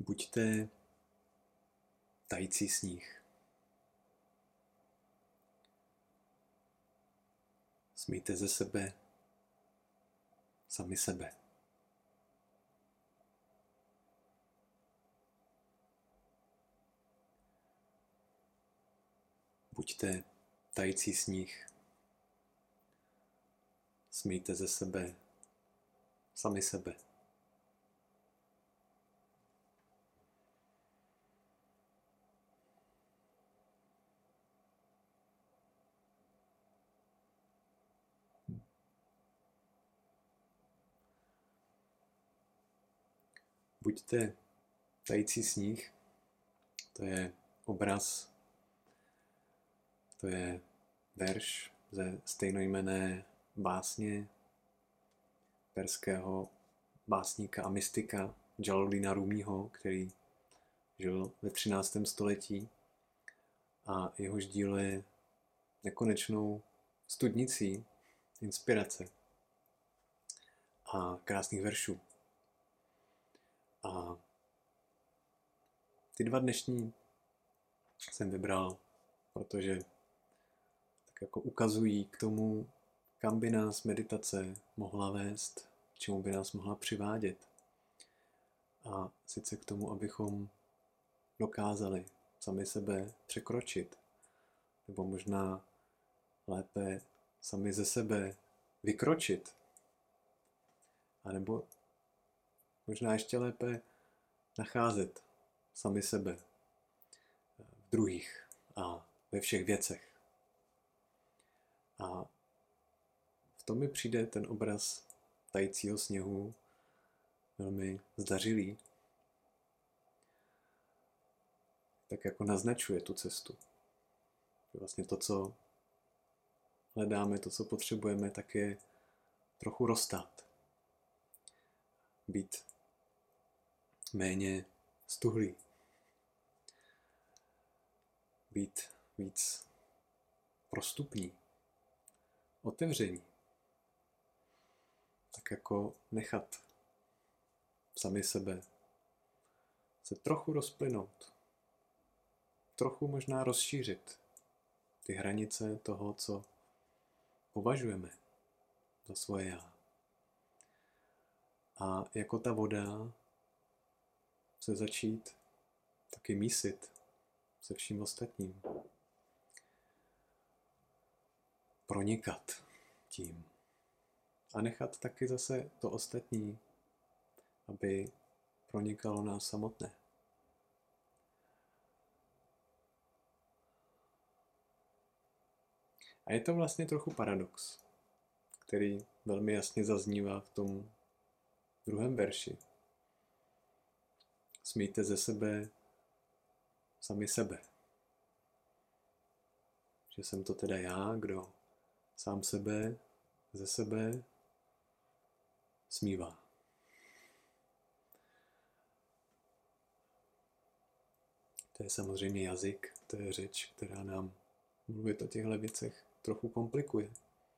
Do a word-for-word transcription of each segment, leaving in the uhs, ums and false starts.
Buďte tající sníh. Smijte ze sebe sami sebe. Buďte tající sníh. Smijte ze sebe sami sebe. Buďte tající sníh, to je obraz, to je verš ze stejnojmenné básně perského básníka a mystika Džaláludína Rúmího, který žil ve třináctém století a jehož dílo je nekonečnou studnicí inspirace a krásných veršů. A ty dva dnešní jsem vybral, protože tak jako ukazují k tomu, kam by nás meditace mohla vést, k čemu by nás mohla přivádět. A sice k tomu, abychom dokázali sami sebe překročit, nebo možná lépe sami ze sebe vykročit, a nebo možná ještě lépe nacházet sami sebe v druhých a ve všech věcech. A v tom mi přijde ten obraz tajícího sněhu velmi zdařilý. Tak jako naznačuje tu cestu. Vlastně to, co hledáme, to, co potřebujeme, tak je trochu roztát. Být méně stuhlý. Být víc prostupný. Otevření. Tak jako nechat sami sebe se trochu rozplynout. Trochu možná rozšířit ty hranice toho, co považujeme za svoje já. A jako ta voda se začít taky mísit se vším ostatním. Pronikat tím. A nechat taky zase to ostatní, aby pronikalo nás samotné. A je to vlastně trochu paradox, který velmi jasně zaznívá v tom druhém verši. Smijte ze sebe sami sebe. Že jsem to teda já, kdo sám sebe ze sebe smívá. To je samozřejmě jazyk, to je řeč, která nám mluvit o těchto věcech trochu komplikuje.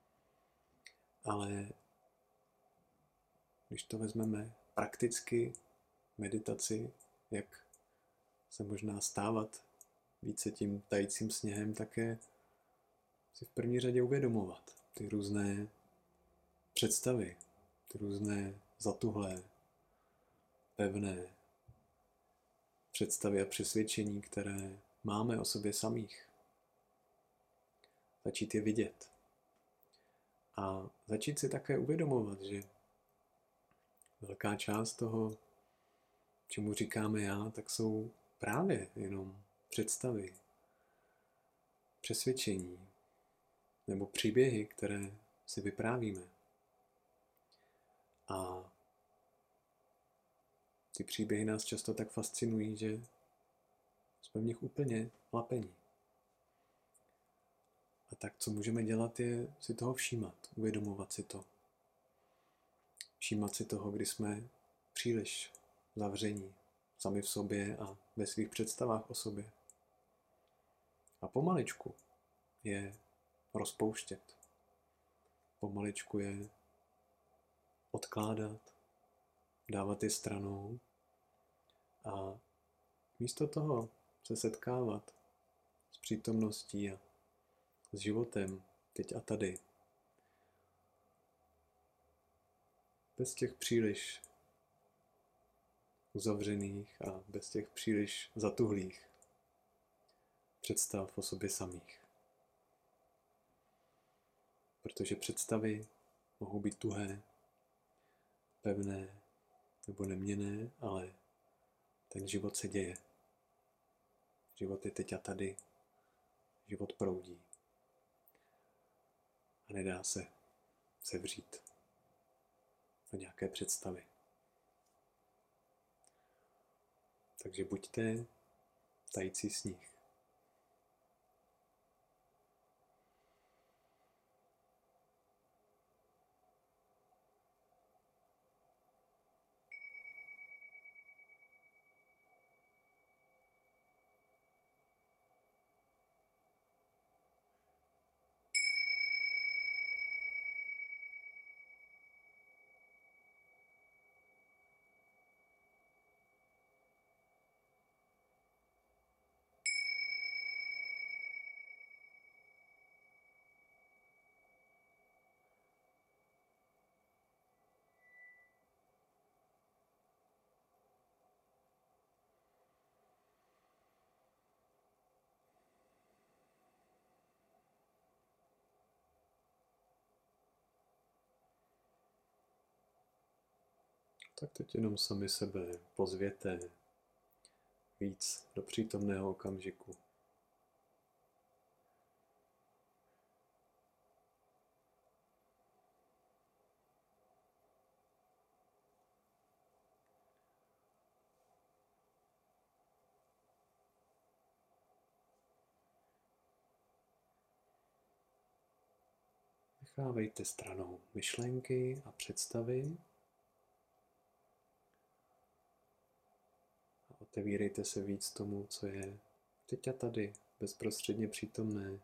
Ale když to vezmeme prakticky, meditaci, jak se možná stávat více tím tajícím sněhem, také si v první řadě uvědomovat ty různé představy, ty různé zatuhlé, pevné představy a přesvědčení, které máme o sobě samých. Začít je vidět. A začít si také uvědomovat, že velká část toho, čemu říkáme já, tak jsou právě jenom představy, přesvědčení nebo příběhy, které si vyprávíme. A ty příběhy nás často tak fascinují, že jsme v nich úplně lapení. A tak, co můžeme dělat, je si toho všímat, uvědomovat si to. Všímat si toho, kdy jsme příliš zavření sami v sobě a ve svých představách o sobě. A pomaličku je rozpouštět. Pomaličku je odkládat, dávat je stranou a Místo toho se setkávat s přítomností a s životem teď a tady. Bez těch příliš uzavřených a bez těch příliš zatuhlých představ o sobě samých. Protože představy mohou být tuhé, pevné nebo neměnné, ale ten život se děje. Život je teď a tady. Život proudí. A nedá se sevřít do nějaké představy. Takže buďte tající sníh. Tak teď jenom sami sebe pozvěte víc do přítomného okamžiku. Nechávejte stranou myšlenky a představy a otevírejte se víc tomu, co je teď a tady, bezprostředně přítomné,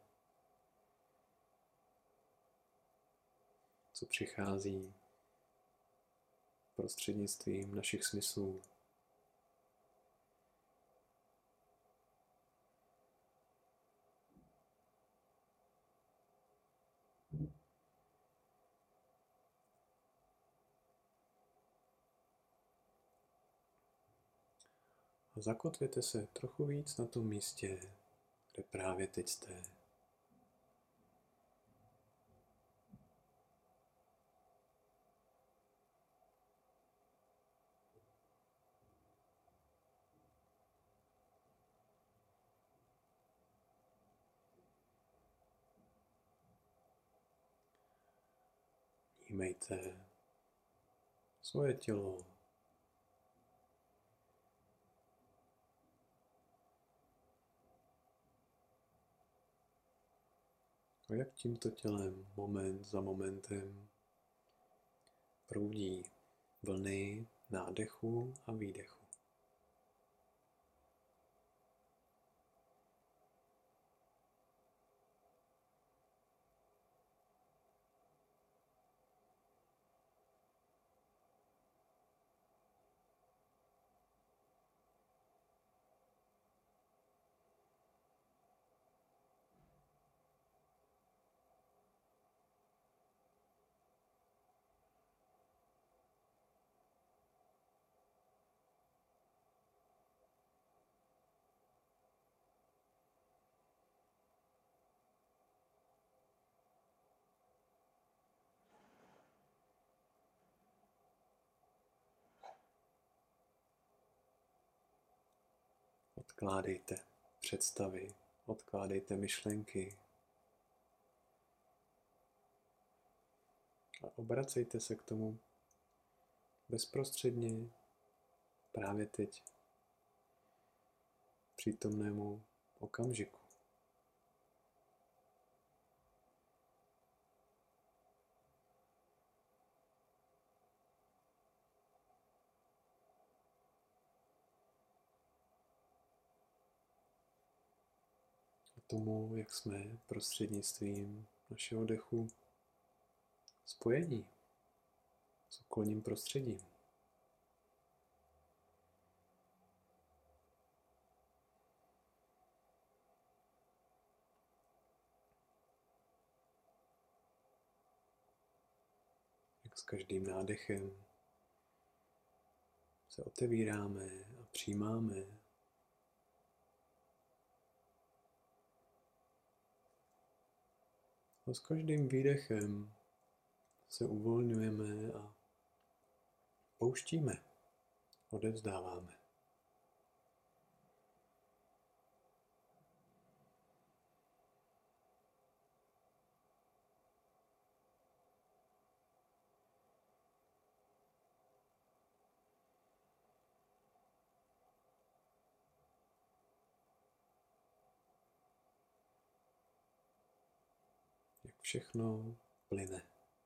co přichází prostřednictvím našich smyslů. A zakotvěte se trochu víc na tom místě, kde právě teď jste. Vnímejte svoje tělo. A jak tímto tělem moment za momentem proudí vlny nádechu a výdechu. Odkládejte představy, odkládejte myšlenky a obracejte se k tomu bezprostředně právě teď přítomnému okamžiku. A tomu, jak jsme prostřednictvím našeho dechu spojení s okolním prostředím. S každým nádechem se otevíráme a přijímáme. A s každým výdechem se uvolňujeme a pouštíme, odevzdáváme. Jak všechno plyne.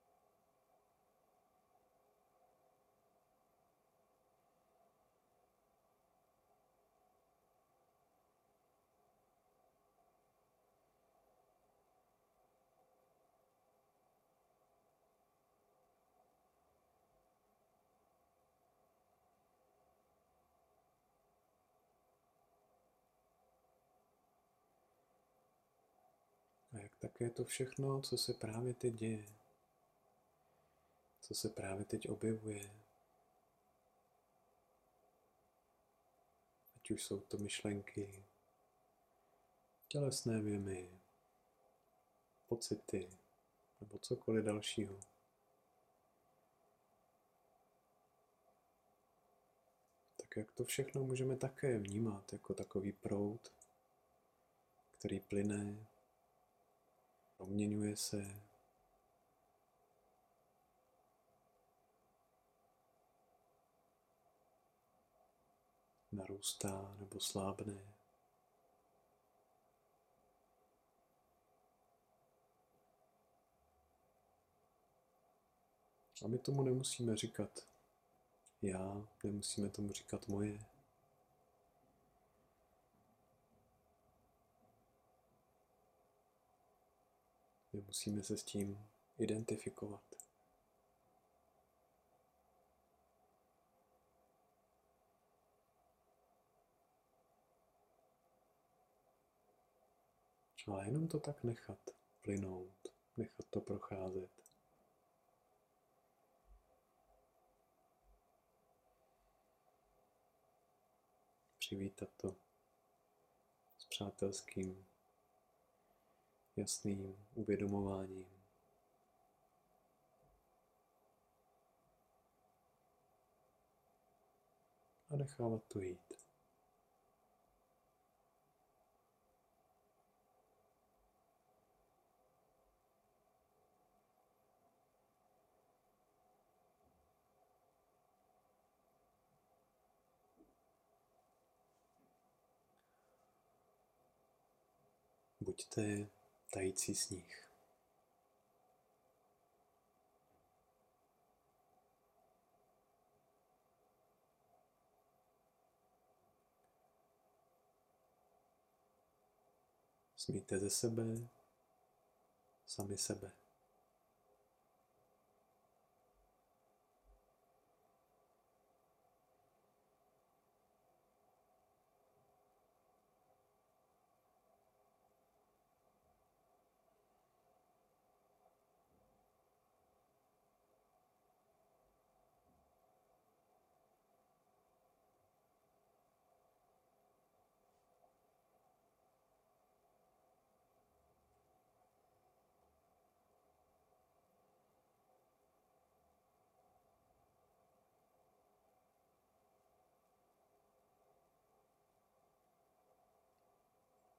A jak také to všechno, co se právě teď děje, co se právě teď objevuje, ať už jsou to myšlenky, tělesné věmy, pocity nebo cokoliv dalšího. Tak jak to všechno můžeme také vnímat jako takový proud, který plyne, proměňuje se, narůstá nebo slábne. A my tomu nemusíme říkat já, nemusíme tomu říkat moje. Nemusíme se s tím identifikovat. Ale jenom to tak nechat plynout, nechat to procházet. Přivítat to s přátelským, jasným uvědomováním. A nechávat to jít. Buďte tající sníh. Smíjte ze sebe sami sebe.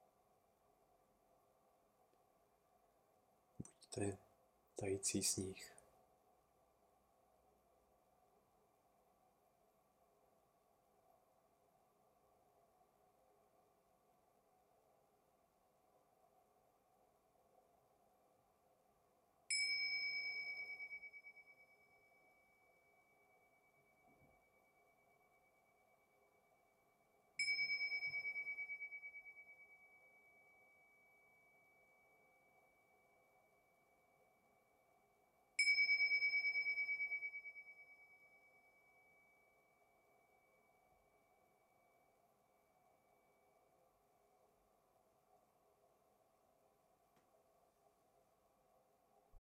Buďte tající sníh.